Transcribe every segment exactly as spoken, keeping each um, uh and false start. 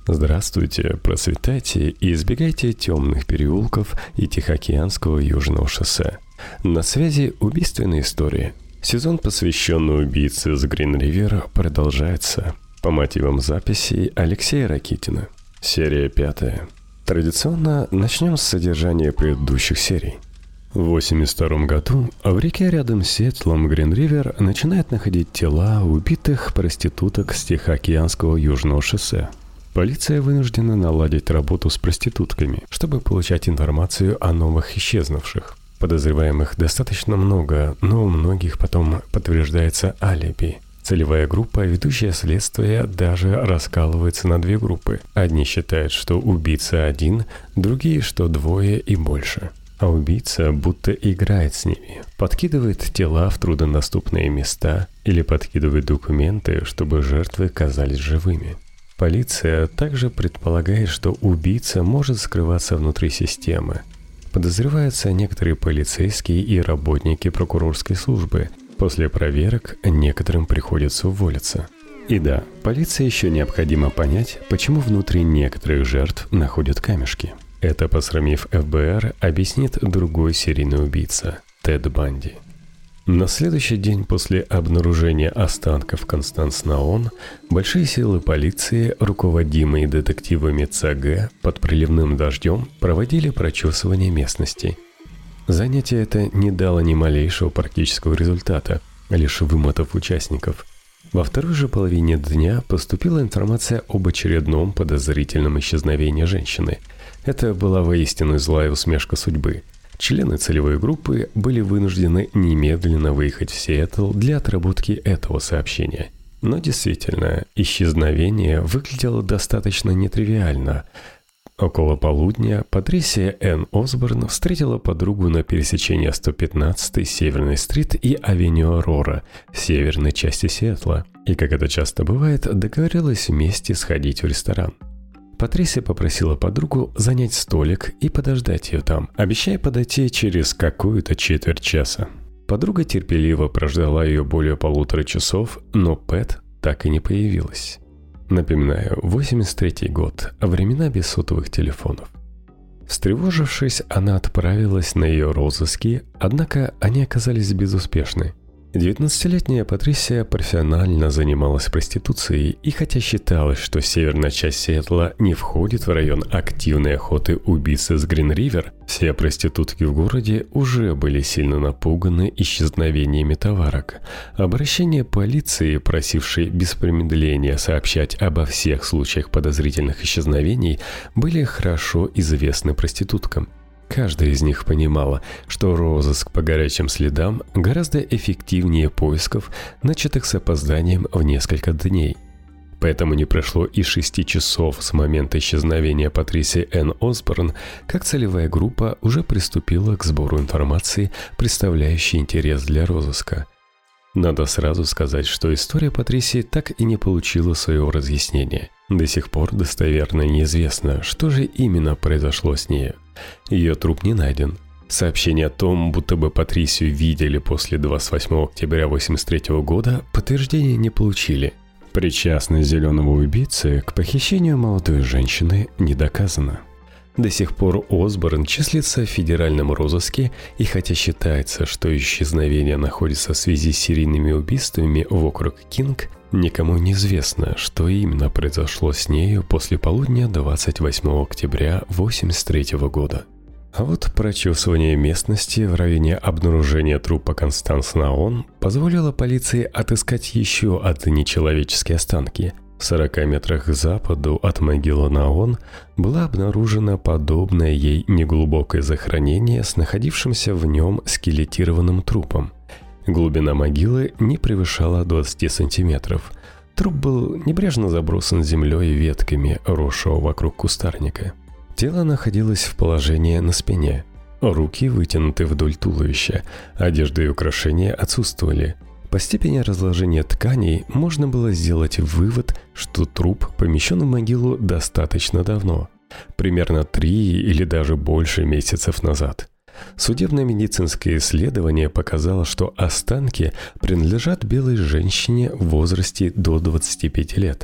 Здравствуйте, процветайте и избегайте темных переулков и Тихоокеанского южного шоссе. На связи убийственные истории. Сезон, посвященный убийце с Грин-Ривер, продолжается. По мотивам записей Алексея Ракитина. Серия пятая. Традиционно начнем с содержания предыдущих серий. В восемьдесят втором году в реке рядом с Сиэтлом Грин-Ривер начинают находить тела убитых проституток с Тихоокеанского южного шоссе. Полиция вынуждена наладить работу с проститутками, чтобы получать информацию о новых исчезнувших. Подозреваемых достаточно много, но у многих потом подтверждается алиби. Целевая группа, ведущая следствие, даже раскалывается на две группы. Одни считают, что убийца один, другие, что двое и больше. А убийца будто играет с ними, подкидывает тела в труднодоступные места или подкидывает документы, чтобы жертвы казались живыми. Полиция также предполагает, что убийца может скрываться внутри системы. Подозреваются некоторые полицейские и работники прокурорской службы. После проверок некоторым приходится уволиться. И да, полиции еще необходимо понять, почему внутри некоторых жертв находят камешки. Это, посрамив эф бэ эр, объяснит другой серийный убийца – Тед Банди. На следующий день после обнаружения останков Констанс Наон большие силы полиции, руководимые детективами цэ гэ, под проливным дождем проводили прочесывание местности. Занятие это не дало ни малейшего практического результата, лишь вымотав участников. Во второй же половине дня поступила информация об очередном подозрительном исчезновении женщины. Это была воистину злая усмешка судьбы. Члены целевой группы были вынуждены немедленно выехать в Сиэтл для отработки этого сообщения. Но действительно, исчезновение выглядело достаточно нетривиально. Около полудня Патрисия Энн Осборн встретила подругу на пересечении сто пятнадцатой Северной стрит и Авеню Аврора в северной части Сиэтла, и, как это часто бывает, договорилась вместе сходить в ресторан. Патрисия попросила подругу занять столик и подождать ее там, обещая подойти через какую-то четверть часа. Подруга терпеливо прождала ее более полутора часов, но Пэт так и не появилась. Напоминаю, восемьдесят третий год, времена без сотовых телефонов. Встревожившись, она отправилась на ее розыски, однако они оказались безуспешны. девятнадцатилетняя Патрисия профессионально занималась проституцией, и хотя считалось, что северная часть Сиэтла не входит в район активной охоты убийцы с Грин-Ривер, все проститутки в городе уже были сильно напуганы исчезновениями товарок. Обращения полиции, просившей без промедления сообщать обо всех случаях подозрительных исчезновений, были хорошо известны проституткам. Каждая из них понимала, что розыск по горячим следам гораздо эффективнее поисков, начатых с опозданием в несколько дней. Поэтому не прошло и шести часов с момента исчезновения Патрисии Энн Осборн, как целевая группа уже приступила к сбору информации, представляющей интерес для розыска. Надо сразу сказать, что история Патрисии так и не получила своего разъяснения. До сих пор достоверно неизвестно, что же именно произошло с ней. Ее труп не найден. Сообщение о том, будто бы Патрисию видели после двадцать восьмого октября восемьдесят третьего года, подтверждения не получили. Причастность зеленого убийцы к похищению молодой женщины не доказана. До сих пор Осборн числится в федеральном розыске, и хотя считается, что исчезновение находится в связи с серийными убийствами в округ Кинг, никому не известно, что именно произошло с нею после полудня двадцать восьмого октября восемьдесят третьего года. А вот прочесывание местности в районе обнаружения трупа Констанс Наон позволило полиции отыскать еще одни человеческие останки. В сорока метрах к западу от могилы Наон была обнаружена подобное ей неглубокое захоронение с находившимся в нем скелетированным трупом. Глубина могилы не превышала двадцати сантиметров. Труп был небрежно забросан землей и ветками, росшего вокруг кустарника. Тело находилось в положении на спине. Руки вытянуты вдоль туловища, одежда и украшения отсутствовали. По степени разложения тканей можно было сделать вывод, что труп помещен в могилу достаточно давно, примерно три или даже больше месяцев назад. Судебно-медицинское исследование показало, что останки принадлежат белой женщине в возрасте до двадцати пяти лет.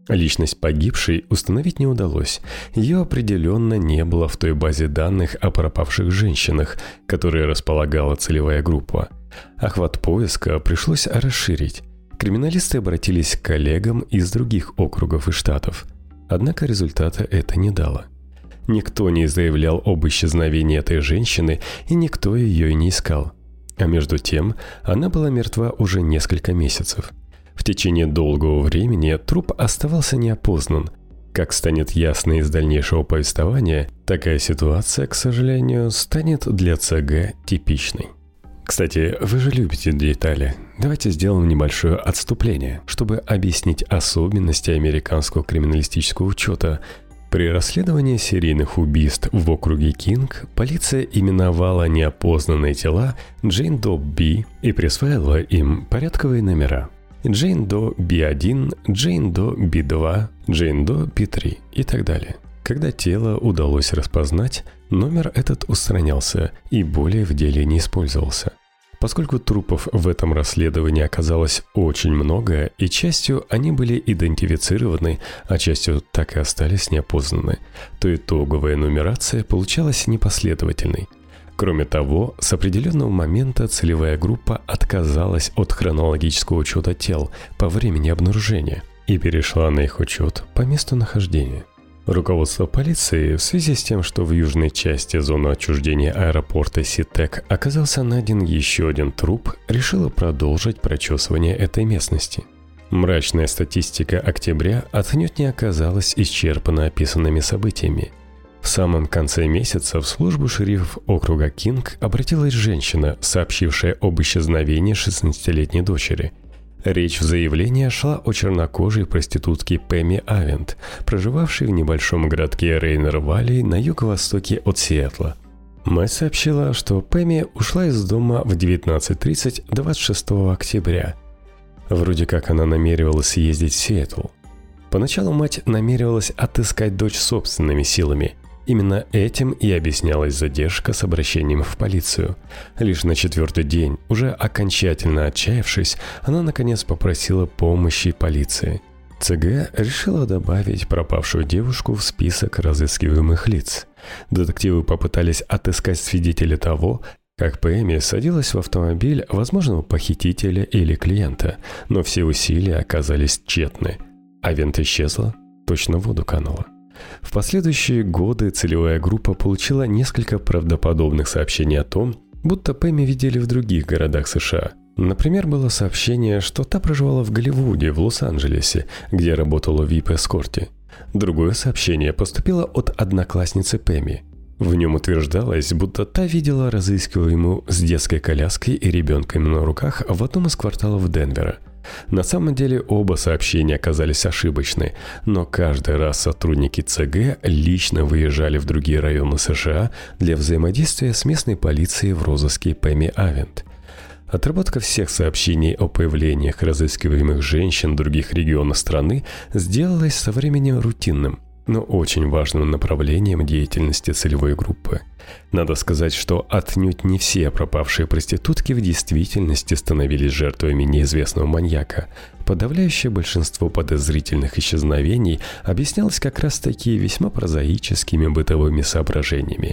Личность погибшей установить не удалось. Ее определенно не было в той базе данных о пропавших женщинах, которой располагала целевая группа. Охват поиска пришлось расширить. Криминалисты обратились к коллегам из других округов и штатов. Однако результата это не дало. Никто не заявлял об исчезновении этой женщины, и никто ее не искал. А между тем, она была мертва уже несколько месяцев. В течение долгого времени труп оставался неопознан. Как станет ясно из дальнейшего повествования, такая ситуация, к сожалению, станет для ЦГ типичной. Кстати, вы же любите детали. Давайте сделаем небольшое отступление, чтобы объяснить особенности американского криминалистического учета. При расследовании серийных убийств в округе Кинг полиция именовала неопознанные тела Джейн Доe Би и присваивала им порядковые номера. Джейн Доe Би один, Джейн Доe Би два, Джейн Доe Би три и так далее. Когда тело удалось распознать, номер этот устранялся и более в деле не использовался. Поскольку трупов в этом расследовании оказалось очень много, и частью они были идентифицированы, а частью так и остались неопознаны, то итоговая нумерация получалась непоследовательной. Кроме того, с определенного момента целевая группа отказалась от хронологического учета тел по времени обнаружения и перешла на их учет по месту нахождения. Руководство полиции, в связи с тем, что в южной части зоны отчуждения аэропорта Си-Тек оказался найден еще один труп, решило продолжить прочесывание этой местности. Мрачная статистика октября отнюдь не оказалась исчерпана описанными событиями. В самом конце месяца в службу шерифов округа Кинг обратилась женщина, сообщившая об исчезновении шестнадцатилетней дочери. Речь в заявлении шла о чернокожей проститутке Пэмми Авент, проживавшей в небольшом городке Рейнер-Валли на юго-востоке от Сиэтла. Мать сообщила, что Пэмми ушла из дома в девятнадцать тридцать двадцать шестого октября. Вроде как она намеревалась съездить в Сиэтл. Поначалу мать намеревалась отыскать дочь собственными силами. Именно этим и объяснялась задержка с обращением в полицию. Лишь на четвертый день, уже окончательно отчаявшись, она наконец попросила помощи полиции. ЦГ решила добавить пропавшую девушку в список разыскиваемых лиц. Детективы попытались отыскать свидетеля того, как Пэмми садилась в автомобиль возможного похитителя или клиента, но все усилия оказались тщетны. Авент исчезла, точно в воду канула. В последующие годы целевая группа получила несколько правдоподобных сообщений о том, будто Пэмми видели в других городах США. Например, было сообщение, что та проживала в Голливуде, в Лос-Анджелесе, где работала в ви ай пи-эскорте. Другое сообщение поступило от одноклассницы Пэмми. В нем утверждалось, будто та видела разыскиваемую с детской коляской и ребенком на руках в одном из кварталов Денвера. На самом деле оба сообщения оказались ошибочны, но каждый раз сотрудники ЦГ лично выезжали в другие районы США для взаимодействия с местной полицией в розыске Пэмми Авент. Отработка всех сообщений о появлениях разыскиваемых женщин в других регионах страны сделалась со временем рутинным, но очень важным направлением деятельности целевой группы. Надо сказать, что отнюдь не все пропавшие проститутки в действительности становились жертвами неизвестного маньяка. Подавляющее большинство подозрительных исчезновений объяснялось как раз-таки весьма прозаическими бытовыми соображениями.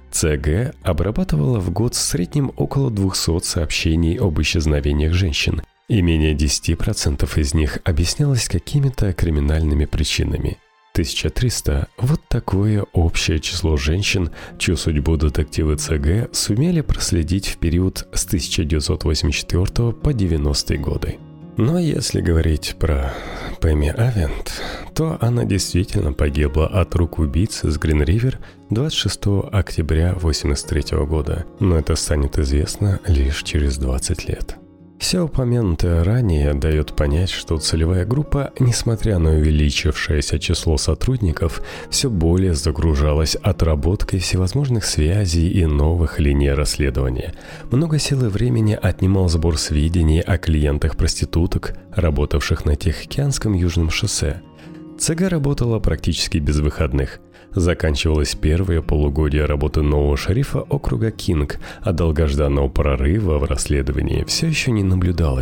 ЦГ обрабатывала в год в среднем около двухсот сообщений об исчезновениях женщин, и менее десять процентов из них объяснялось какими-то криминальными причинами. тысяча триста – вот такое общее число женщин, чью судьбу детективы ЦГ сумели проследить в период с тысяча девятьсот восемьдесят четвёртого по девяностые годы. Но если говорить про Пэмми Авент, то она действительно погибла от рук убийцы с Грин-Ривер двадцать шестого октября восемьдесят третьего года, но это станет известно лишь через двадцать лет. Все упомянутое ранее дает понять, что целевая группа, несмотря на увеличившееся число сотрудников, все более загружалась отработкой всевозможных связей и новых линий расследования. Много сил и времени отнимал сбор сведений о клиентах проституток, работавших на Тихоокеанском южном шоссе. ЦГ работала практически без выходных. Заканчивалось первое полугодие работы нового шерифа округа Кинг, а долгожданного прорыва в расследовании все еще не наблюдалось.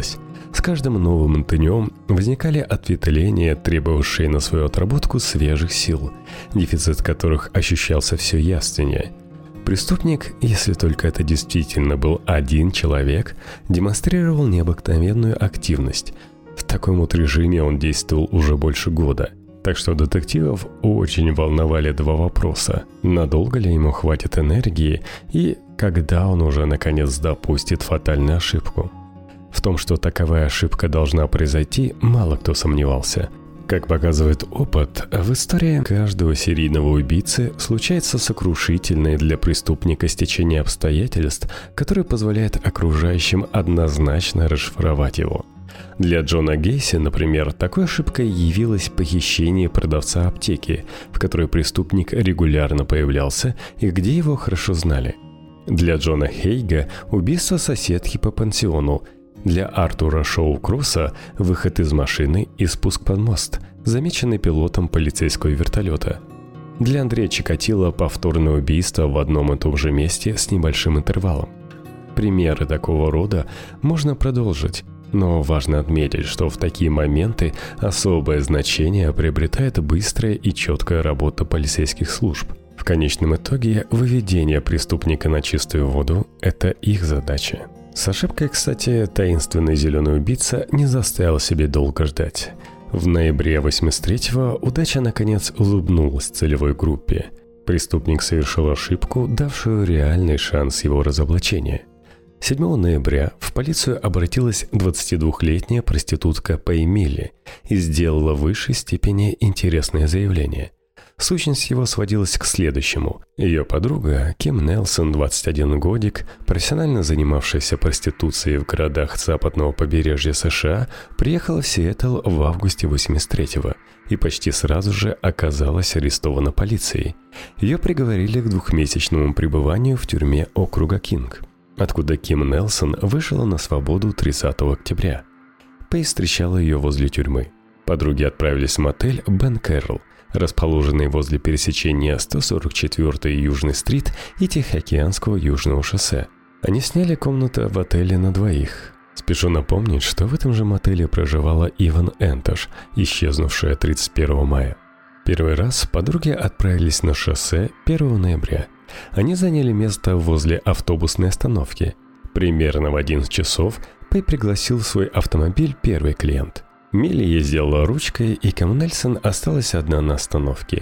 С каждым новым днем возникали ответвления, требовавшие на свою отработку свежих сил, дефицит которых ощущался все явственнее. Преступник, если только это действительно был один человек, демонстрировал необыкновенную активность. В таком вот режиме он действовал уже больше года. Так что детективов очень волновали два вопроса. Надолго ли ему хватит энергии и когда он уже наконец допустит фатальную ошибку? В том, что таковая ошибка должна произойти, мало кто сомневался. Как показывает опыт, в истории каждого серийного убийцы случается сокрушительное для преступника стечение обстоятельств, которое позволяет окружающим однозначно расшифровать его. Для Джона Гейси, например, такой ошибкой явилось похищение продавца аптеки, в которой преступник регулярно появлялся и где его хорошо знали. Для Джона Хейга – убийство соседки по пансиону. Для Артура Шоу-Кросса – выход из машины и спуск под мост, замеченный пилотом полицейского вертолета. Для Андрея Чикатило – повторное убийство в одном и том же месте с небольшим интервалом. Примеры такого рода можно продолжить, но важно отметить, что в такие моменты особое значение приобретает быстрая и четкая работа полицейских служб. В конечном итоге, выведение преступника на чистую воду – это их задача. С ошибкой, кстати, таинственный зеленый убийца не заставил себе долго ждать. В ноябре восемьдесят третьего удача наконец улыбнулась целевой группе. Преступник совершил ошибку, давшую реальный шанс его разоблачения. седьмого ноября в полицию обратилась двадцатидвухлетняя проститутка по Эмили и сделала в высшей степени интересное заявление. Сущность его сводилась к следующему. Ее подруга, Ким Нелсон, двадцать один годик, профессионально занимавшаяся проституцией в городах западного побережья США, приехала в Сиэтл в августе восемьдесят третьего и почти сразу же оказалась арестована полицией. Ее приговорили к двухмесячному пребыванию в тюрьме округа Кинг, откуда Ким Нелсон вышла на свободу тридцатого октября. Пэй встречала ее возле тюрьмы. Подруги отправились в мотель «Бен Кэрролл», расположенный возле пересечения сто сорок четвёртой Южной стрит и Тихоокеанского Южного шоссе. Они сняли комнату в отеле на двоих. Спешу напомнить, что в этом же мотеле проживала Иван Энтош, исчезнувшая тридцать первого мая. Первый раз подруги отправились на шоссе первого ноября. Они заняли место возле автобусной остановки. Примерно в одиннадцать часов Пэй пригласил в свой автомобиль первый клиент. Милли ездила ручкой, и Ким Нелсон осталась одна на остановке.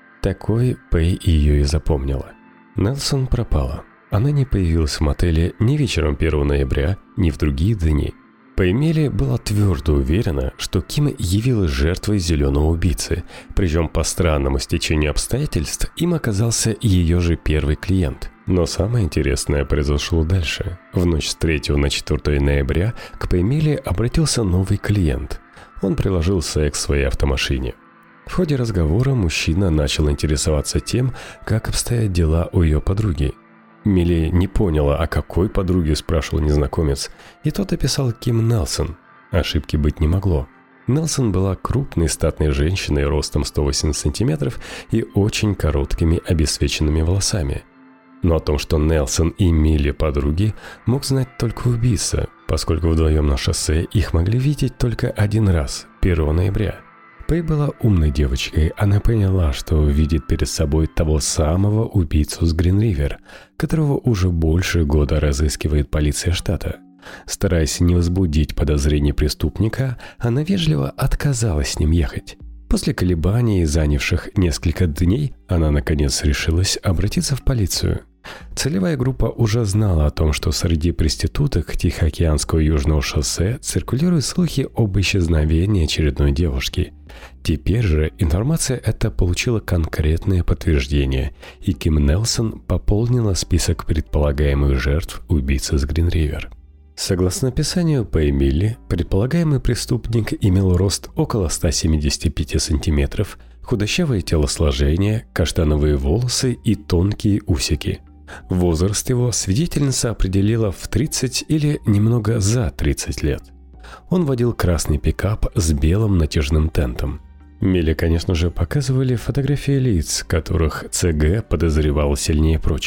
Такой Пэй ее и запомнила. Нелсон пропала. Она не появилась в мотеле ни вечером первого ноября, ни в другие дни. Пэй Милли была твердо уверена, что Ким явилась жертвой зеленого убийцы, причем по странному стечению обстоятельств им оказался ее же первый клиент. Но самое интересное произошло дальше. В ночь с третьего на четвёртое ноября к Пэй Милли обратился новый клиент. Он приложил секс к своей автомашине. В ходе разговора мужчина начал интересоваться тем, как обстоят дела у ее подруги. Милли не поняла, о какой подруге спрашивал незнакомец, и тот описал Ким Нелсон. Ошибки быть не могло. Нелсон была крупной статной женщиной ростом сто восемьдесят сантиметров и очень короткими обесцвеченными волосами. Но о том, что Нелсон и Милли подруги, мог знать только убийца, поскольку вдвоем на шоссе их могли видеть только один раз, первого ноября. Пэй была умной девочкой, она поняла, что видит перед собой того самого убийцу с Грин-Ривер, которого уже больше года разыскивает полиция штата. Стараясь не возбудить подозрений преступника, она вежливо отказалась с ним ехать. После колебаний, занявших несколько дней, она наконец решилась обратиться в полицию. Целевая группа уже знала о том, что среди проституток Тихоокеанского Южного шоссе циркулируют слухи об исчезновении очередной девушки. Теперь же информация эта получила конкретное подтверждение, и Ким Нелсон пополнила список предполагаемых жертв убийцы с Грин-Ривер. Согласно описанию Пэй Милли, предполагаемый преступник имел рост около ста семидесяти пяти сантиметров, худощавое телосложение, каштановые волосы и тонкие усики. Возраст его свидетельница определила в тридцать или немного за тридцать лет. Он водил красный пикап с белым натяжным тентом. Милли, конечно же, показывали фотографии лиц, которых ЦГ подозревал сильнее прочих.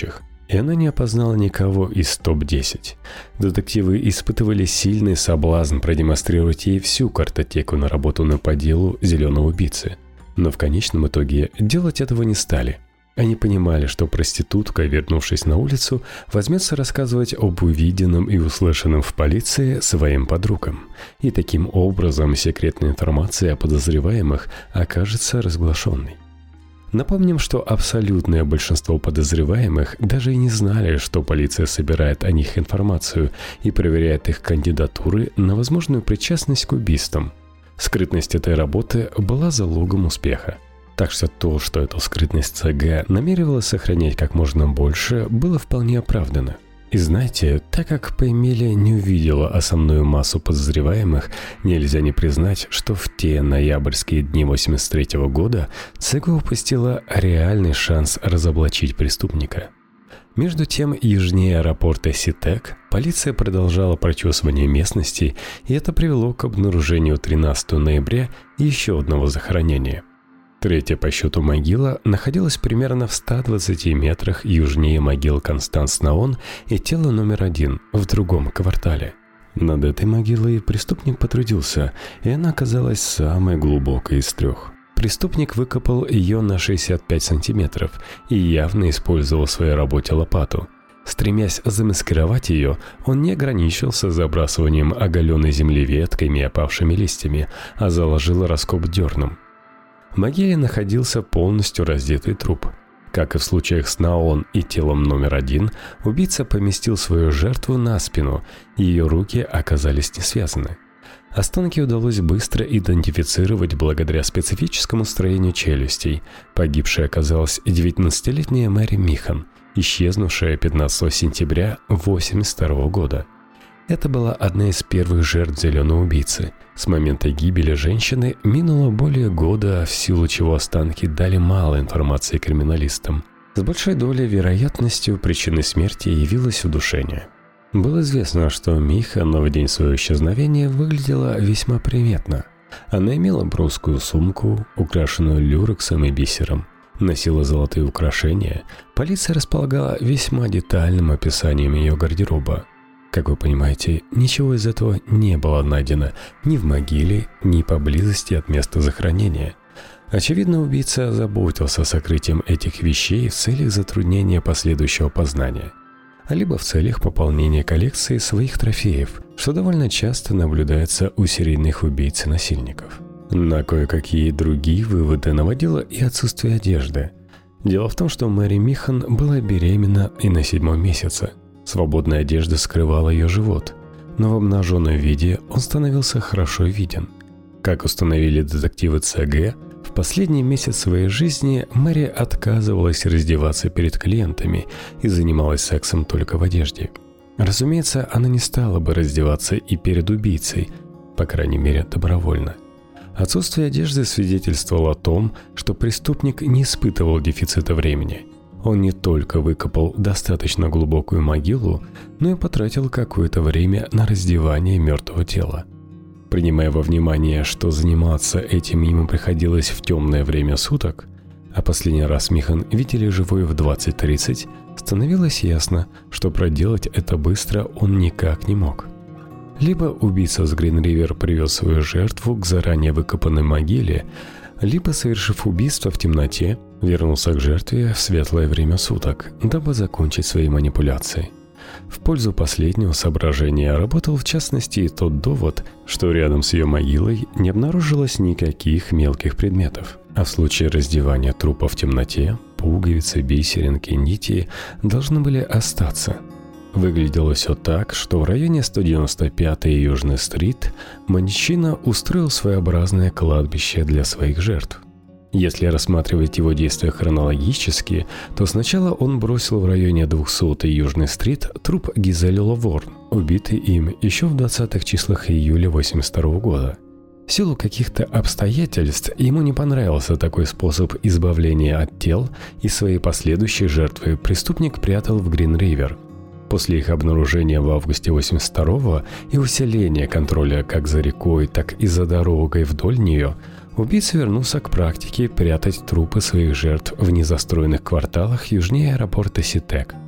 и она не опознала никого из топ десять. Детективы испытывали сильный соблазн продемонстрировать ей всю картотеку, наработанную по делу зеленого убийцы. Но в конечном итоге делать этого не стали. Они понимали, что проститутка, вернувшись на улицу, возьмется рассказывать об увиденном и услышанном в полиции своим подругам. И таким образом секретная информация о подозреваемых окажется разглашенной. Напомним, что абсолютное большинство подозреваемых даже и не знали, что полиция собирает о них информацию и проверяет их кандидатуры на возможную причастность к убийствам. Скрытность этой работы была залогом успеха. Так что то, что эту скрытность ЦГ намеревалась сохранять как можно больше, было вполне оправдано. И знаете, так как Памелия не увидела основную массу подозреваемых, нельзя не признать, что в те ноябрьские дни восемьдесят третьего года ЦГ упустила реальный шанс разоблачить преступника. Между тем, южнее аэропорта Ситек полиция продолжала прочесывание местности, и это привело к обнаружению тринадцатого ноября еще одного захоронения. Третья по счету могила находилась примерно в ста двадцати метрах южнее могил Констанс Наон и тело номер один в другом квартале. Над этой могилой преступник потрудился, и она оказалась самой глубокой из трех. Преступник выкопал ее на шестьдесят пять сантиметров и явно использовал в своей работе лопату. Стремясь замаскировать ее, он не ограничился забрасыванием оголенной земли ветками и опавшими листьями, а заложил раскоп дерном. В могиле находился полностью раздетый труп. Как и в случаях с Наон и телом номер один, убийца поместил свою жертву на спину, и ее руки оказались не связаны. Останки удалось быстро идентифицировать благодаря специфическому строению челюстей. Погибшей оказалась девятнадцатилетняя Мэри Михан, исчезнувшая пятнадцатого сентября восемьдесят второго года. Это была одна из первых жертв зеленого убийцы. С момента гибели женщины минуло более года, в силу чего останки дали мало информации криминалистам. С большой долей вероятностью причиной смерти явилось удушение. Было известно, что Михан в день своего исчезновения выглядела весьма приметно. Она имела броскую сумку, украшенную люрексом и бисером, носила золотые украшения. Полиция располагала весьма детальным описанием ее гардероба. Как вы понимаете, ничего из этого не было найдено ни в могиле, ни поблизости от места захоронения. Очевидно, убийца озаботился сокрытием этих вещей в целях затруднения последующего познания, либо в целях пополнения коллекции своих трофеев, что довольно часто наблюдается у серийных убийц и насильников. На кое-какие другие выводы наводило и отсутствие одежды. Дело в том, что Мэри Михан была беременна и на седьмом месяце. Свободная одежда скрывала ее живот, но в обнаженном виде он становился хорошо виден. Как установили детективы ЦГ, в последний месяц своей жизни Мэри отказывалась раздеваться перед клиентами и занималась сексом только в одежде. Разумеется, она не стала бы раздеваться и перед убийцей, по крайней мере, добровольно. Отсутствие одежды свидетельствовало о том, что преступник не испытывал дефицита времени. Он не только выкопал достаточно глубокую могилу, но и потратил какое-то время на раздевание мертвого тела. Принимая во внимание, что заниматься этим ему приходилось в темное время суток, а последний раз Михан видели живой в двадцать тридцать, становилось ясно, что проделать это быстро он никак не мог. Либо убийца с Грин-Ривер привез свою жертву к заранее выкопанной могиле, либо, совершив убийство в темноте, вернулся к жертве в светлое время суток, дабы закончить свои манипуляции. В пользу последнего соображения работал в частности и тот довод, что рядом с ее могилой не обнаружилось никаких мелких предметов, а в случае раздевания трупа в темноте пуговицы, бисеринки, нити должны были остаться. Выглядело все так, что в районе сто девяносто пятой и Южной стрит мужчина устроил своеобразное кладбище для своих жертв. Если рассматривать его действия хронологически, то сначала он бросил в районе двухсотой Южной стрит труп Гизели Лаворн, убитый им еще в двадцатых числах июля восемьдесят второго года. В силу каких-то обстоятельств ему не понравился такой способ избавления от тел, и свои последующие жертвы преступник прятал в Грин-Ривер. После их обнаружения в августе восемьдесят второго и усиления контроля как за рекой, так и за дорогой вдоль нее, убийца вернулся к практике прятать трупы своих жертв в незастроенных кварталах южнее аэропорта Ситек.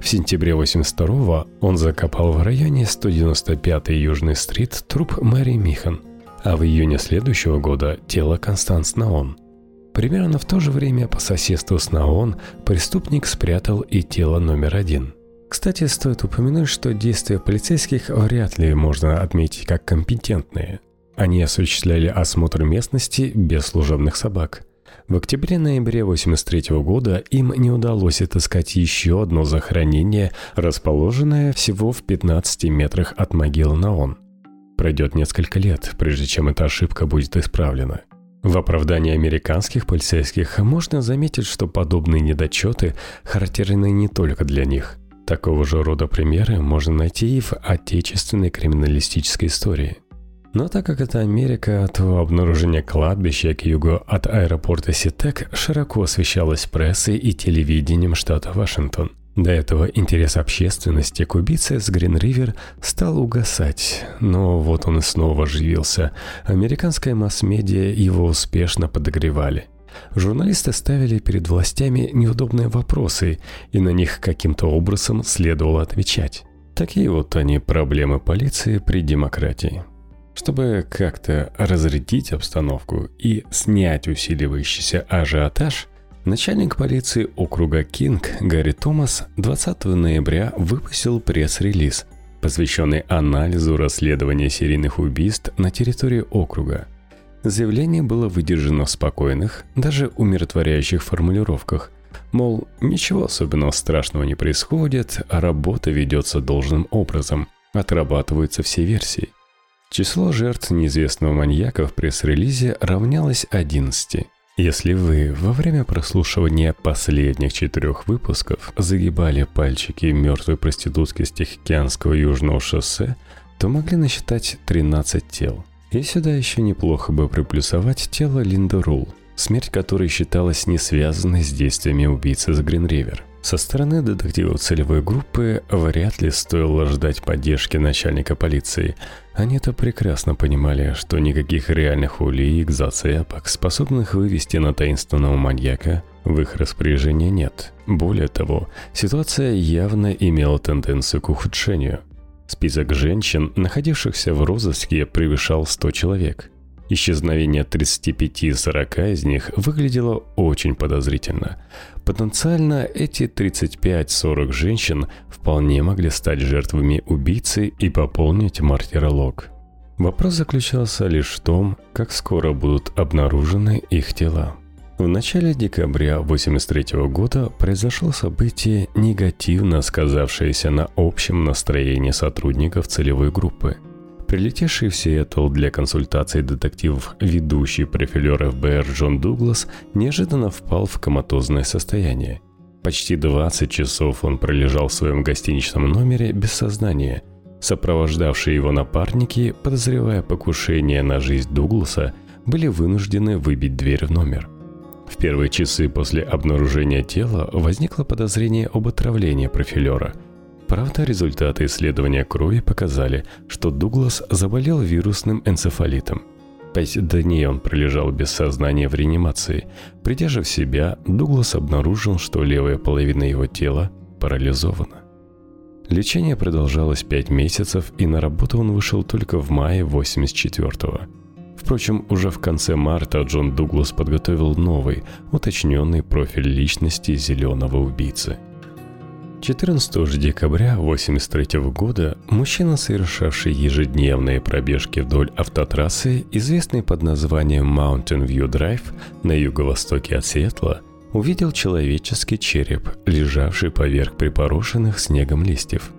В сентябре восемьдесят второго он закопал в районе сто девяносто пятой Южный стрит труп Мэри Михан, а в июне следующего года тело Констанс Наон. Примерно в то же время по соседству с Наон преступник спрятал и тело номер один. Кстати, стоит упомянуть, что действия полицейских вряд ли можно отметить как компетентные. Они осуществляли осмотр местности без служебных собак. В октябре-ноябре восемьдесят третьего года им не удалось отыскать еще одно захоронение, расположенное всего в пятнадцати метрах от могилы Наон. Пройдет несколько лет, прежде чем эта ошибка будет исправлена. В оправдании американских полицейских можно заметить, что подобные недочеты характерны не только для них. Такого же рода примеры можно найти и в отечественной криминалистической истории. Но так как это Америка, то обнаружение кладбища к югу от аэропорта Ситек широко освещалось прессой и телевидением штата Вашингтон. До этого интерес общественности к убийце с Грин-Ривер стал угасать, но вот он и снова оживился. Американская масс-медиа его успешно подогревали. Журналисты ставили перед властями неудобные вопросы, и на них каким-то образом следовало отвечать. Такие вот они проблемы полиции при демократии. Чтобы как-то разрядить обстановку и снять усиливающийся ажиотаж, начальник полиции округа Кинг Гарри Томас двадцатого ноября выпустил пресс-релиз, посвященный анализу расследования серийных убийств на территории округа. Заявление было выдержано в спокойных, даже умиротворяющих формулировках, мол, ничего особенного страшного не происходит, а работа ведется должным образом, отрабатываются все версии. Число жертв неизвестного маньяка в пресс-релизе равнялось одиннадцати. Если вы во время прослушивания последних четырех выпусков загибали пальчики мертвой проститутки с Тихоокеанского Южного шоссе, то могли насчитать тринадцать тел. И сюда еще неплохо бы приплюсовать тело Линды Рул, смерть которой считалась не связанной с действиями убийцы с Грин-Ривер. Со стороны детективов целевой группы вряд ли стоило ждать поддержки начальника полиции. Они-то прекрасно понимали, что никаких реальных улик, зацепок, способных вывести на таинственного маньяка, в их распоряжении нет. Более того, ситуация явно имела тенденцию к ухудшению. Список женщин, находившихся в розыске, превышал сто человек. Исчезновение тридцати пяти-сорока из них выглядело очень подозрительно. Потенциально эти тридцать пять-сорок женщин вполне могли стать жертвами убийцы и пополнить мартиролог. Вопрос заключался лишь в том, как скоро будут обнаружены их тела. В начале декабря восемьдесят третьего года произошло событие, негативно сказавшееся на общем настроении сотрудников целевой группы. Прилетевший в Сиэтл для консультаций детективов ведущий профилер эф бэ эр Джон Дуглас неожиданно впал в коматозное состояние. Почти двадцать часов он пролежал в своем гостиничном номере без сознания. Сопровождавшие его напарники, подозревая покушение на жизнь Дугласа, были вынуждены выбить дверь в номер. В первые часы после обнаружения тела возникло подозрение об отравлении профилера. Правда, результаты исследования крови показали, что Дуглас заболел вирусным энцефалитом. Пять дней он пролежал без сознания в реанимации. Придя же в себя, Дуглас обнаружил, что левая половина его тела парализована. Лечение продолжалось пять месяцев, и на работу он вышел только в мае восемьдесят четвёртого. Впрочем, уже в конце марта Джон Дуглас подготовил новый, уточненный профиль личности зеленого убийцы. четырнадцатого декабря восемьдесят третьего года мужчина, совершавший ежедневные пробежки вдоль автотрассы, известной под названием Mountain View Drive на юго-востоке от Сиэтла, увидел человеческий череп, лежавший поверх припорошенных снегом листьев.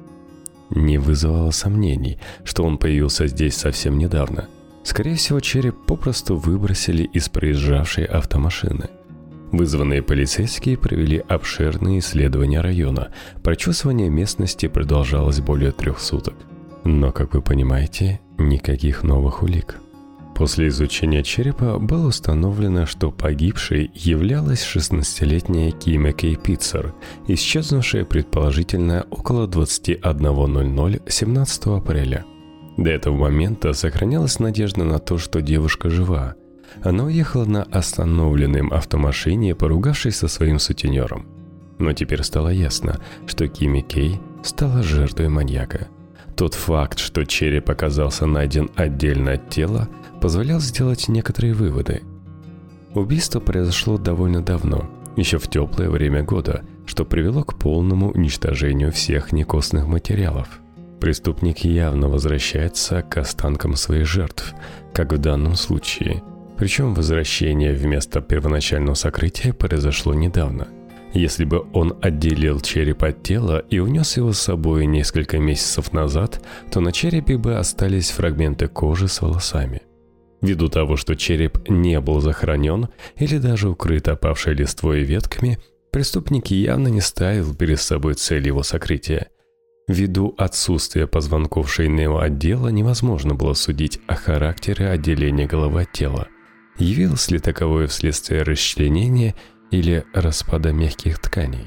Не вызывало сомнений, что он появился здесь совсем недавно. Скорее всего, череп попросту выбросили из проезжавшей автомашины. Вызванные полицейские провели обширные исследования района. Прочесывание местности продолжалось более трех суток. Но, как вы понимаете, никаких новых улик. После изучения черепа было установлено, что погибшей являлась шестнадцатилетняя Кима Кей Питцер, исчезнувшая предположительно около двадцати одного ноль-ноль семнадцатого апреля. До этого момента сохранялась надежда на то, что девушка жива. Она уехала на остановленном автомашине, поругавшись со своим сутенером. Но теперь стало ясно, что Кими Кей стала жертвой маньяка. Тот факт, что череп оказался найден отдельно от тела, позволял сделать некоторые выводы. Убийство произошло довольно давно, еще в теплое время года, что привело к полному уничтожению всех некостных материалов. Преступник явно возвращается к останкам своих жертв, как в данном случае. Причем возвращение в место первоначального сокрытия произошло недавно. Если бы он отделил череп от тела и унес его с собой несколько месяцев назад, то на черепе бы остались фрагменты кожи с волосами. Ввиду того, что череп не был захоронен или даже укрыт опавшей листвой и ветками, преступник явно не ставил перед собой цель его сокрытия. Ввиду отсутствия позвонков шейного отдела невозможно было судить о характере отделения головы от тела. Явилось ли таковое вследствие расчленения или распада мягких тканей?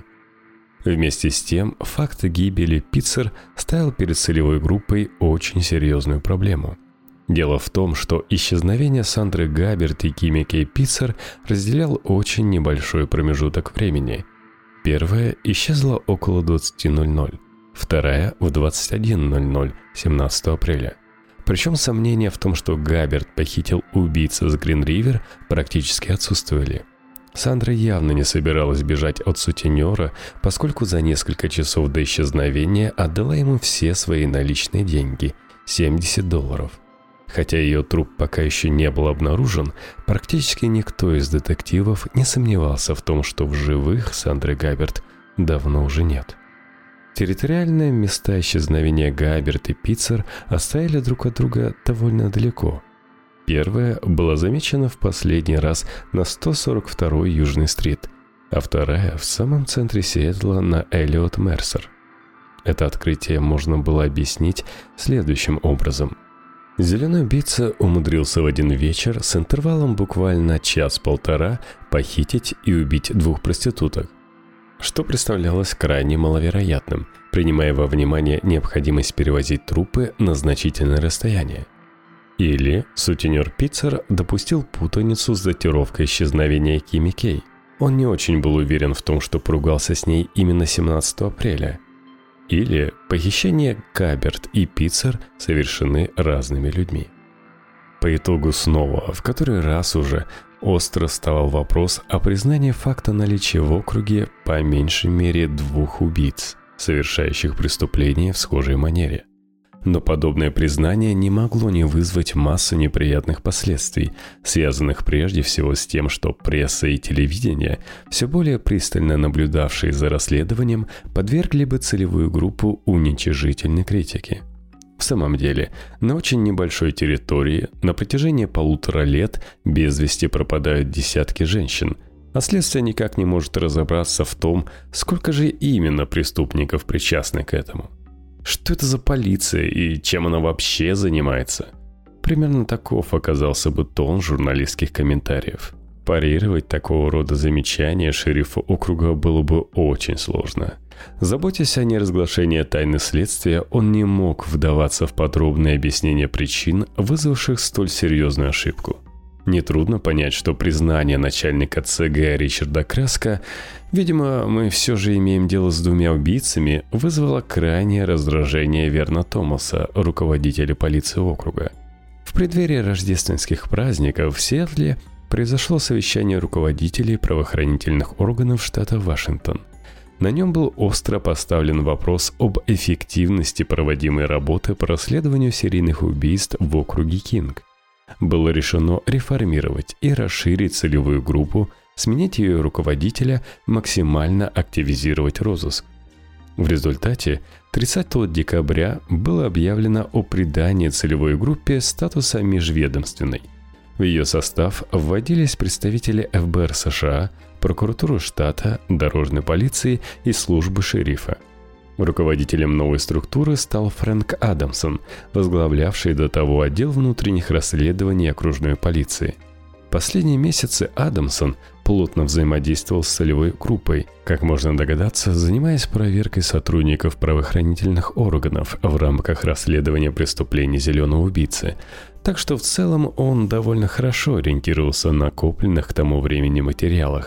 Вместе с тем, факт гибели Питцер ставил перед целевой группой очень серьезную проблему. Дело в том, что исчезновение Сандры Габерт и Кими Кей Питцер разделял очень небольшой промежуток времени. Первая исчезла около двадцати ноль-ноль, вторая в двадцать один ноль-ноль семнадцатого апреля. Причем сомнения в том, что Габерт похитил убийца с Грин-Ривер, практически отсутствовали. Сандра явно не собиралась бежать от сутенера, поскольку за несколько часов до исчезновения отдала ему все свои наличные деньги – семьдесят долларов. Хотя ее труп пока еще не был обнаружен, практически никто из детективов не сомневался в том, что в живых Сандры Габерт давно уже нет. Территориальные места исчезновения Габерт и Питцер оставили друг от друга довольно далеко. Первая была замечена в последний раз на сто сорок второй Южной стрит, а вторая в самом центре Сиэтла на Эллиот Мерсер. Это открытие можно было объяснить следующим образом. Зеленый убийца умудрился в один вечер с интервалом буквально час-полтора похитить и убить двух проституток, что представлялось крайне маловероятным, принимая во внимание необходимость перевозить трупы на значительное расстояние. Или сутенер Питцер допустил путаницу с датировкой исчезновения Кими Кей. Он не очень был уверен в том, что поругался с ней именно семнадцатого апреля. Или похищение Габерт и Питцер совершены разными людьми. По итогу снова, в который раз уже, остро вставал вопрос о признании факта наличия в округе по меньшей мере двух убийц, совершающих преступления в схожей манере. Но подобное признание не могло не вызвать массу неприятных последствий, связанных прежде всего с тем, что пресса и телевидение, все более пристально наблюдавшие за расследованием, подвергли бы целевую группу уничижительной критике. В самом деле, на очень небольшой территории на протяжении полутора лет без вести пропадают десятки женщин, а следствие никак не может разобраться в том, сколько же именно преступников причастны к этому. Что это за полиция и чем она вообще занимается? Примерно таков оказался бы тон журналистских комментариев. Парировать такого рода замечания шерифу округа было бы очень сложно. Заботясь о неразглашении тайны следствия, он не мог вдаваться в подробное объяснение причин, вызвавших столь серьезную ошибку. Нетрудно понять, что признание начальника ЦГ Ричарда Краска, видимо, мы все же имеем дело с двумя убийцами, вызвало крайнее раздражение Верна Томаса, руководителя полиции округа. В преддверии рождественских праздников в Сиэтле произошло совещание руководителей правоохранительных органов штата Вашингтон. На нем был остро поставлен вопрос об эффективности проводимой работы по расследованию серийных убийств в округе Кинг. Было решено реформировать и расширить целевую группу, сменить ее руководителя, максимально активизировать розыск. В результате тридцатого декабря было объявлено о придании целевой группе статуса межведомственной. В ее состав вводились представители эф бэ эр США, прокуратуры штата, дорожной полиции и службы шерифа. Руководителем новой структуры стал Фрэнк Адамсон, возглавлявший до того отдел внутренних расследований окружной полиции. Последние месяцы Адамсон плотно взаимодействовал с целевой группой, как можно догадаться, занимаясь проверкой сотрудников правоохранительных органов в рамках расследования преступлений зеленого убийцы, так что в целом он довольно хорошо ориентировался на накопленных к тому времени материалах.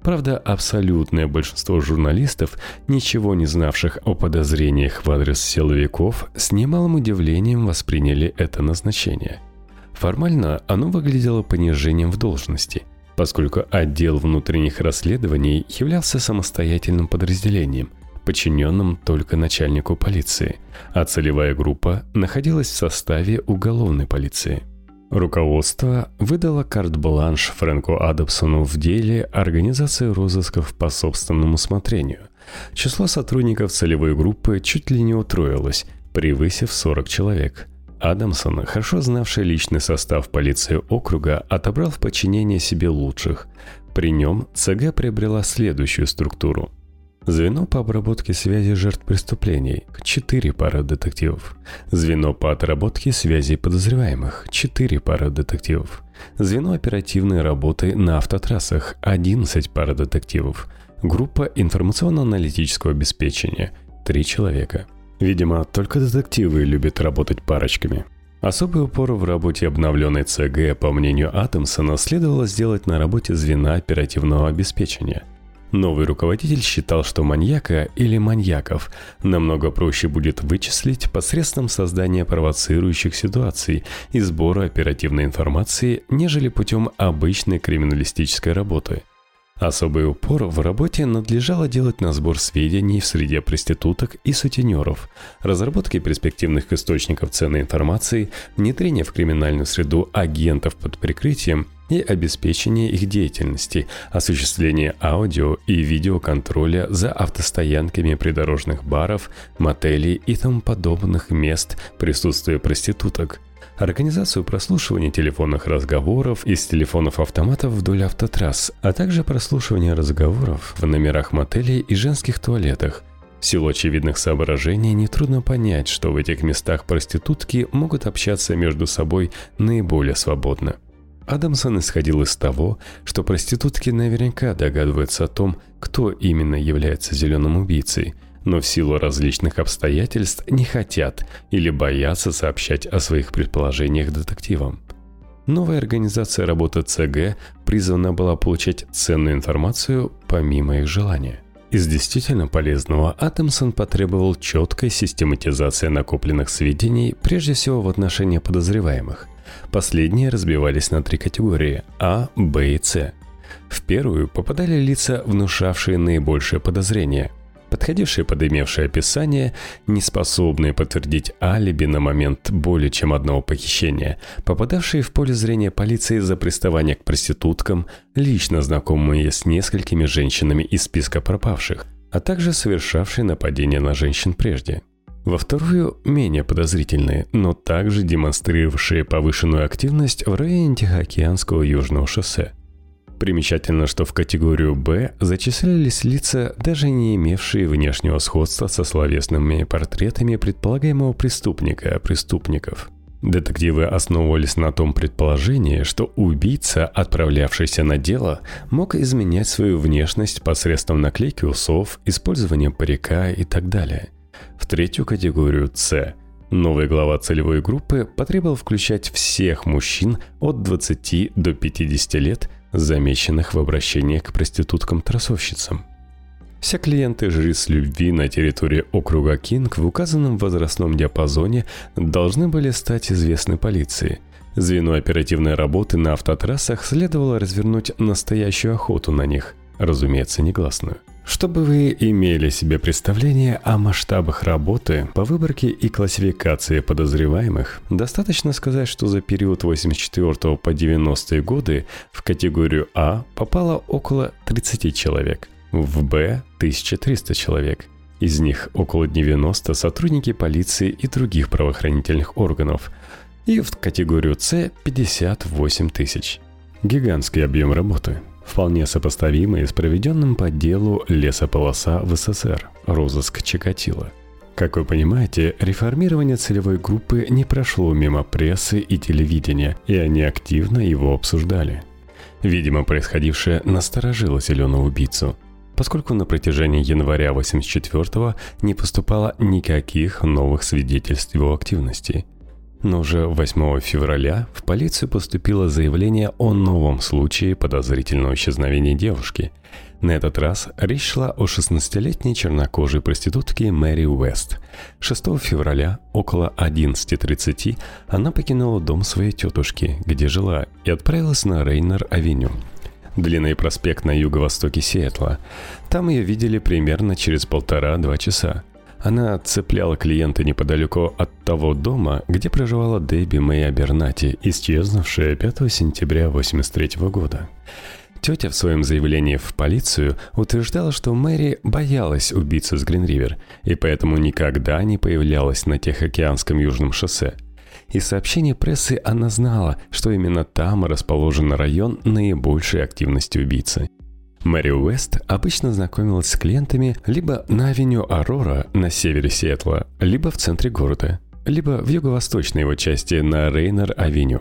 Правда, абсолютное большинство журналистов, ничего не знавших о подозрениях в адрес силовиков, с немалым удивлением восприняли это назначение. Формально оно выглядело понижением в должности, поскольку отдел внутренних расследований являлся самостоятельным подразделением, подчиненным только начальнику полиции, а целевая группа находилась в составе уголовной полиции. Руководство выдало карт-бланш Фрэнку Адамсону в деле организации розысков по собственному усмотрению. Число сотрудников целевой группы чуть ли не утроилось, превысив сорок человек. Адамсон, хорошо знавший личный состав полиции округа, отобрал в подчинение себе лучших. При нем ЦГ приобрела следующую структуру. Звено по обработке связи жертв преступлений – четыре пары детективов. Звено по отработке связей подозреваемых – четыре пары детективов. Звено оперативной работы на автотрассах – одиннадцать пар детективов. Группа информационно-аналитического обеспечения – три человека. Видимо, только детективы любят работать парочками. Особый упор в работе обновленной ЦГ, по мнению Адамсона, следовало сделать на работе звена оперативного обеспечения. Новый руководитель считал, что маньяка или маньяков намного проще будет вычислить посредством создания провоцирующих ситуаций и сбора оперативной информации, нежели путем обычной криминалистической работы. Особый упор в работе надлежало делать на сбор сведений в среде проституток и сутенеров, разработке перспективных источников ценной информации, внедрение в криминальную среду агентов под прикрытием и обеспечение их деятельности, осуществление аудио и видеоконтроля за автостоянками придорожных баров, мотелей и тому подобных мест присутствия проституток, организацию прослушивания телефонных разговоров из телефонов-автоматов вдоль автотрасс, а также прослушивание разговоров в номерах мотелей и женских туалетах. В силу очевидных соображений нетрудно понять, что в этих местах проститутки могут общаться между собой наиболее свободно. Адамсон исходил из того, что проститутки наверняка догадываются о том, кто именно является зеленым убийцей, но в силу различных обстоятельств не хотят или боятся сообщать о своих предположениях детективам. Новая организация работы ЦГ призвана была получать ценную информацию помимо их желания. Из действительно полезного Адамсон потребовал четкой систематизации накопленных сведений, прежде всего в отношении подозреваемых. Последние разбивались на три категории – А, Б и С. В первую попадали лица, внушавшие наибольшее подозрение, подходившие под имевшее описание, неспособные подтвердить алиби на момент более чем одного похищения, попадавшие в поле зрения полиции за приставание к проституткам, лично знакомые с несколькими женщинами из списка пропавших, а также совершавшие нападения на женщин прежде. Во вторую – менее подозрительные, но также демонстрировавшие повышенную активность в районе Тихоокеанского южного шоссе. Примечательно, что в категорию «Б» зачислялись лица, даже не имевшие внешнего сходства со словесными портретами предполагаемого преступника, преступников. Детективы основывались на том предположении, что убийца, отправлявшийся на дело, мог изменять свою внешность посредством наклейки усов, использования парика и так далее. В третью категорию «С» новая глава целевой группы потребовал включать всех мужчин от двадцати до пятидесяти лет, замеченных в обращениях к проституткам-трасовщицам. Все клиенты жриц любви на территории округа Кинг в указанном возрастном диапазоне должны были стать известны полиции. Звено оперативной работы на автотрассах следовало развернуть настоящую охоту на них, разумеется, негласную. Чтобы вы имели себе представление о масштабах работы по выборке и классификации подозреваемых, достаточно сказать, что за период восемьдесят четвёртого по девяностые годы в категорию А попало около тридцати человек, в Б – тысяча триста человек. Из них около девяноста сотрудники полиции и других правоохранительных органов, и в категорию С – пятьдесят восемь тысяч. Гигантский объем работы, вполне сопоставимый с проведенным по делу лесополоса в СССР, розыск Чикатило. Как вы понимаете, реформирование целевой группы не прошло мимо прессы и телевидения, и они активно его обсуждали. Видимо, происходившее насторожило зеленого убийцу, поскольку на протяжении января восемьдесят четвёртого не поступало никаких новых свидетельств его активности. Но уже восьмого февраля в полицию поступило заявление о новом случае подозрительного исчезновения девушки. На этот раз речь шла о шестнадцатилетней чернокожей проститутке Мэри Уэст. шестого февраля около одиннадцати тридцати она покинула дом своей тетушки, где жила, и отправилась на Рейнер-авеню, длинный проспект на юго-востоке Сиэтла. Там ее видели примерно через полтора-два часа. Она цепляла клиента неподалеку от того дома, где проживала Дебби Мэй Абернати, исчезнувшая пятого сентября восемьдесят третьего года. Тетя в своем заявлении в полицию утверждала, что Мэри боялась убийцы с Грин-Ривер и поэтому никогда не появлялась на Тихоокеанском южном шоссе. Из сообщений прессы она знала, что именно там расположен район наибольшей активности убийцы. Мэри Уэст обычно знакомилась с клиентами либо на авеню Арора на севере Сиэтла, либо в центре города, либо в юго-восточной его части на Рейнер-авеню.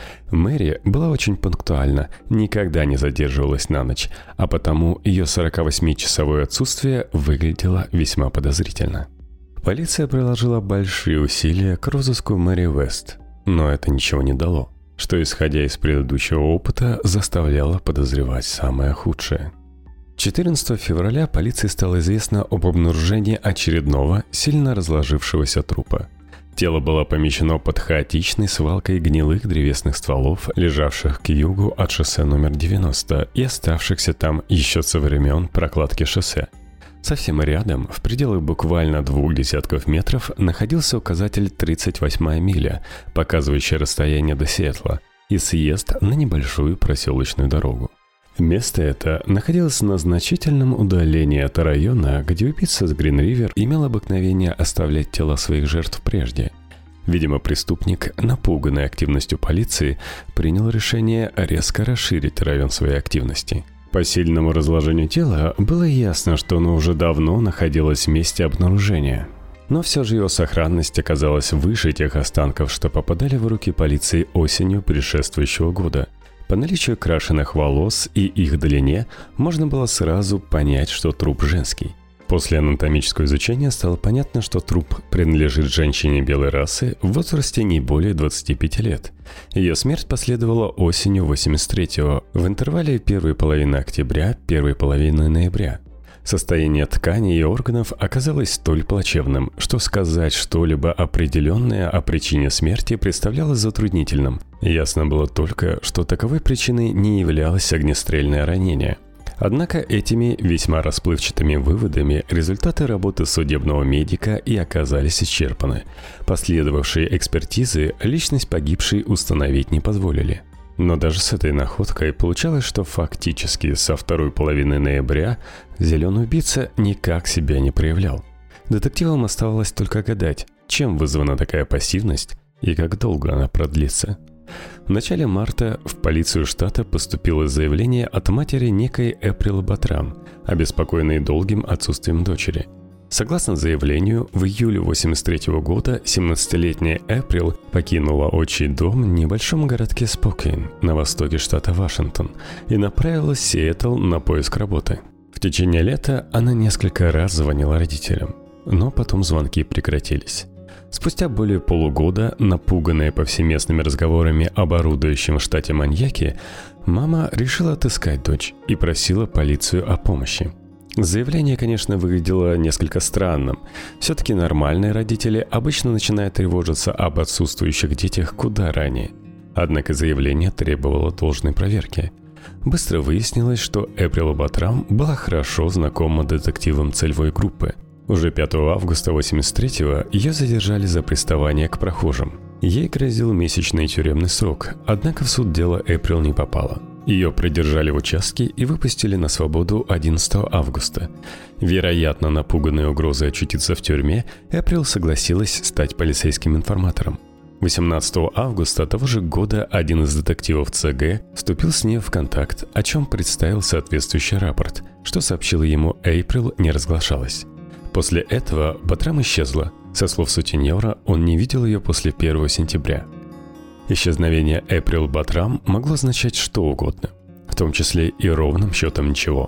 Мэри была очень пунктуальна, никогда не задерживалась на ночь, а потому ее сорокавосьмичасовое отсутствие выглядело весьма подозрительно. Полиция приложила большие усилия к розыску Мэри Уэст, но это ничего не дало, что, исходя из предыдущего опыта, заставляло подозревать самое худшее. четырнадцатого февраля полиции стало известно об обнаружении очередного, сильно разложившегося трупа. Тело было помещено под хаотичной свалкой гнилых древесных стволов, лежавших к югу от шоссе номер девяносто и оставшихся там еще со времен прокладки шоссе. Совсем рядом, в пределах буквально двух десятков метров, находился указатель тридцать восьмая миля, показывающий расстояние до Сиэтла, и съезд на небольшую проселочную дорогу. Место это находилось на значительном удалении от района, где убийца с Грин-Ривер имел обыкновение оставлять тела своих жертв прежде. Видимо, преступник, напуганный активностью полиции, принял решение резко расширить район своей активности. По сильному разложению тела было ясно, что оно уже давно находилось в месте обнаружения. Но все же его сохранность оказалась выше тех останков, что попадали в руки полиции осенью предшествующего года. По наличию крашеных волос и их длине можно было сразу понять, что труп женский. После анатомического изучения стало понятно, что труп принадлежит женщине белой расы в возрасте не более двадцати пяти лет. Ее смерть последовала осенью восемьдесят третьего, в интервале первой половины октября – первой половины ноября. Состояние тканей и органов оказалось столь плачевным, что сказать что-либо определенное о причине смерти представлялось затруднительным. Ясно было только, что таковой причиной не являлось огнестрельное ранение. Однако этими весьма расплывчатыми выводами результаты работы судебного медика и оказались исчерпаны. Последовавшие экспертизы личность погибшей установить не позволили. Но даже с этой находкой получалось, что фактически со второй половины ноября зеленый убийца никак себя не проявлял. Детективам оставалось только гадать, чем вызвана такая пассивность и как долго она продлится. В начале марта в полицию штата поступило заявление от матери некой Эприл Батрам, обеспокоенной долгим отсутствием дочери. Согласно заявлению, в июле восемьдесят третьего года семнадцатилетняя Эприл покинула отчий дом в небольшом городке Спокейн на востоке штата Вашингтон и направилась в Сиэтл на поиск работы. В течение лета она несколько раз звонила родителям, но потом звонки прекратились. Спустя более полугода, напуганная повсеместными разговорами об орудующем в штате маньяке, мама решила отыскать дочь и просила полицию о помощи. Заявление, конечно, выглядело несколько странным. Все-таки нормальные родители обычно начинают тревожиться об отсутствующих детях куда ранее. Однако заявление требовало должной проверки. Быстро выяснилось, что Эприл Батрам была хорошо знакома детективам целевой группы. Уже пятого августа восемьдесят третьего ее задержали за приставание к прохожим. Ей грозил месячный тюремный срок, однако в суд дело Эприл не попало. Ее придержали в участке и выпустили на свободу одиннадцатого августа. Вероятно, напуганная угрозой очутиться в тюрьме, Эприл согласилась стать полицейским информатором. восемнадцатого августа того же года один из детективов ЦГ вступил с ней в контакт, о чем представил соответствующий рапорт, что сообщила ему Эприл не разглашалось. После этого Батрам исчезла. Со слов сутенера, он не видел ее после первого сентября. Исчезновение Эприл Батрам могло означать что угодно, в том числе и ровным счетом ничего.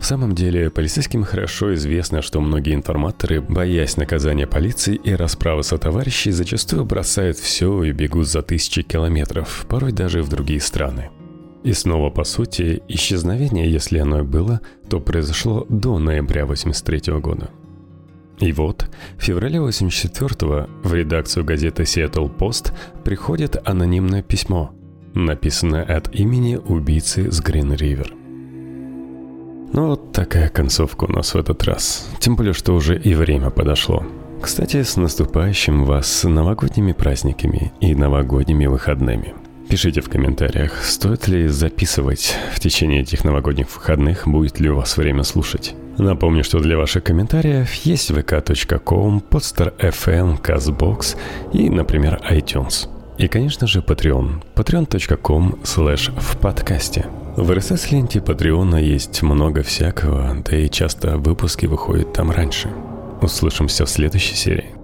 В самом деле, полицейским хорошо известно, что многие информаторы, боясь наказания полиции и расправы сотоварищей, зачастую бросают все и бегут за тысячи километров, порой даже в другие страны. И снова, по сути, исчезновение, если оно и было, то произошло до ноября восемьдесят третьего года. И вот, в феврале восемьдесят четвёртого в редакцию газеты Seattle Post приходит анонимное письмо, написанное от имени убийцы с Грин-Ривер. Ну вот такая концовка у нас в этот раз. Тем более, что уже и время подошло. Кстати, с наступающим вас с новогодними праздниками и новогодними выходными. Пишите в комментариях, стоит ли записывать в течение этих новогодних выходных, будет ли у вас время слушать. Напомню, что для ваших комментариев есть ви ка точка ком, Podster эф эм, Castbox и, например, iTunes. И, конечно же, Patreon. patreon точка ком слэш в подкасте. В эр эс эс-ленте Патреона есть много всякого, да и часто выпуски выходят там раньше. Услышимся в следующей серии.